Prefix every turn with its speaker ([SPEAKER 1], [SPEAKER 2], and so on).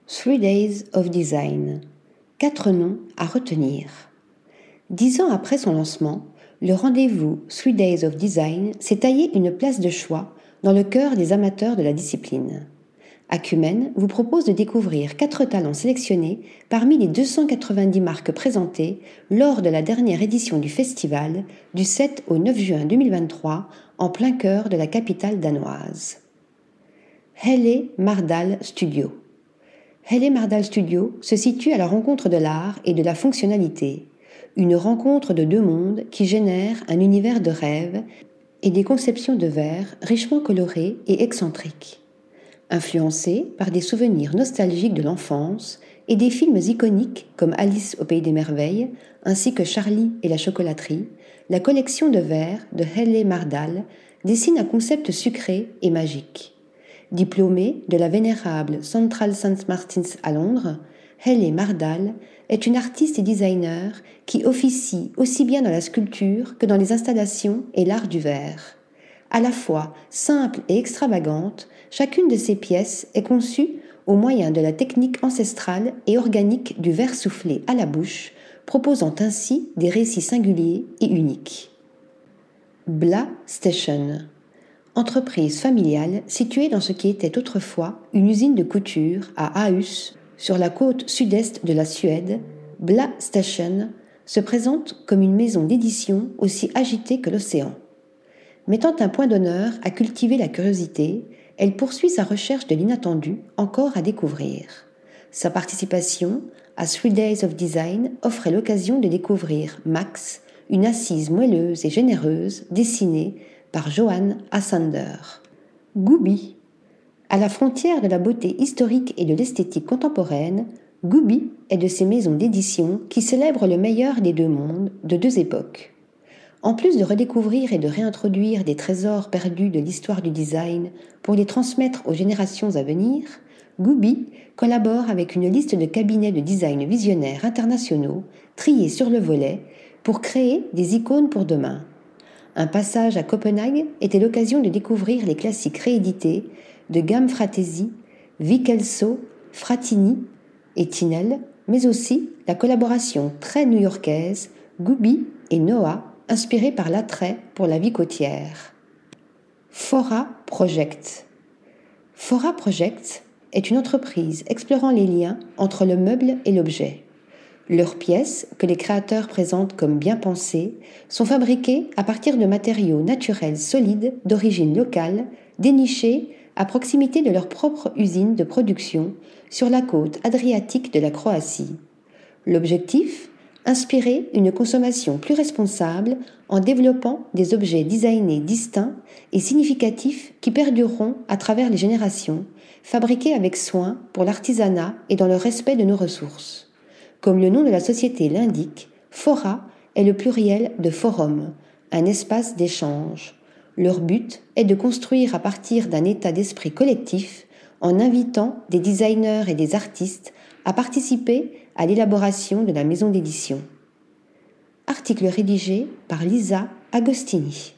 [SPEAKER 1] 3 Days of Design. 4 noms à retenir. 10 ans après son lancement, le rendez-vous 3 Days of Design s'est taillé une place de choix dans le cœur des amateurs de la discipline. Acumen vous propose de découvrir 4 talents sélectionnés parmi les 290 marques présentées lors de la dernière édition du festival du 7 au 9 juin 2023 en plein cœur de la capitale danoise. Helle Mardal Studio. Helle Mardal Studio se situe à la rencontre de l'art et de la fonctionnalité, une rencontre de deux mondes qui génère un univers de rêve et des conceptions de verre richement colorées et excentriques. Influencée par des souvenirs nostalgiques de l'enfance et des films iconiques comme Alice au Pays des Merveilles, ainsi que Charlie et la chocolaterie, la collection de verres de Helle Mardal dessine un concept sucré et magique. Diplômée de la vénérable Central St. Martin's à Londres, Helle Mardal est une artiste et designer qui officie aussi bien dans la sculpture que dans les installations et l'art du verre. À la fois simple et extravagante, chacune de ses pièces est conçue au moyen de la technique ancestrale et organique du verre soufflé à la bouche, proposant ainsi des récits singuliers et uniques. Bla Station. Entreprise familiale située dans ce qui était autrefois une usine de couture à Aarhus, sur la côte sud-est de la Suède, Bla Station se présente comme une maison d'édition aussi agitée que l'océan. Mettant un point d'honneur à cultiver la curiosité, elle poursuit sa recherche de l'inattendu encore à découvrir. Sa participation à 3 Days of Design offrait l'occasion de découvrir Max, une assise moelleuse et généreuse dessinée par Johan Assander. Gooby. À la frontière de la beauté historique et de l'esthétique contemporaine, Gooby est de ces maisons d'édition qui célèbrent le meilleur des deux mondes, de deux époques. En plus de redécouvrir et de réintroduire des trésors perdus de l'histoire du design pour les transmettre aux générations à venir, Gooby collabore avec une liste de cabinets de design visionnaires internationaux triés sur le volet pour créer des icônes pour demain. Un passage à Copenhague était l'occasion de découvrir les classiques réédités de Gamme Fratesi, Vic-Elso, Fratini et Tinel, mais aussi la collaboration très new-yorkaise Gooby et Noah, inspirée par l'attrait pour la vie côtière. Fora Project. Fora Project est une entreprise explorant les liens entre le meuble et l'objet. Leurs pièces, que les créateurs présentent comme bien pensées, sont fabriquées à partir de matériaux naturels solides d'origine locale, dénichés à proximité de leur propre usine de production sur la côte adriatique de la Croatie. L'objectif ? Inspirer une consommation plus responsable en développant des objets designés distincts et significatifs qui perdureront à travers les générations, fabriqués avec soin pour l'artisanat et dans le respect de nos ressources. Comme le nom de la société l'indique, Fora est le pluriel de forum, un espace d'échange. Leur but est de construire à partir d'un état d'esprit collectif en invitant des designers et des artistes à participer à l'élaboration de la maison d'édition. Article rédigé par Lisa Agostini.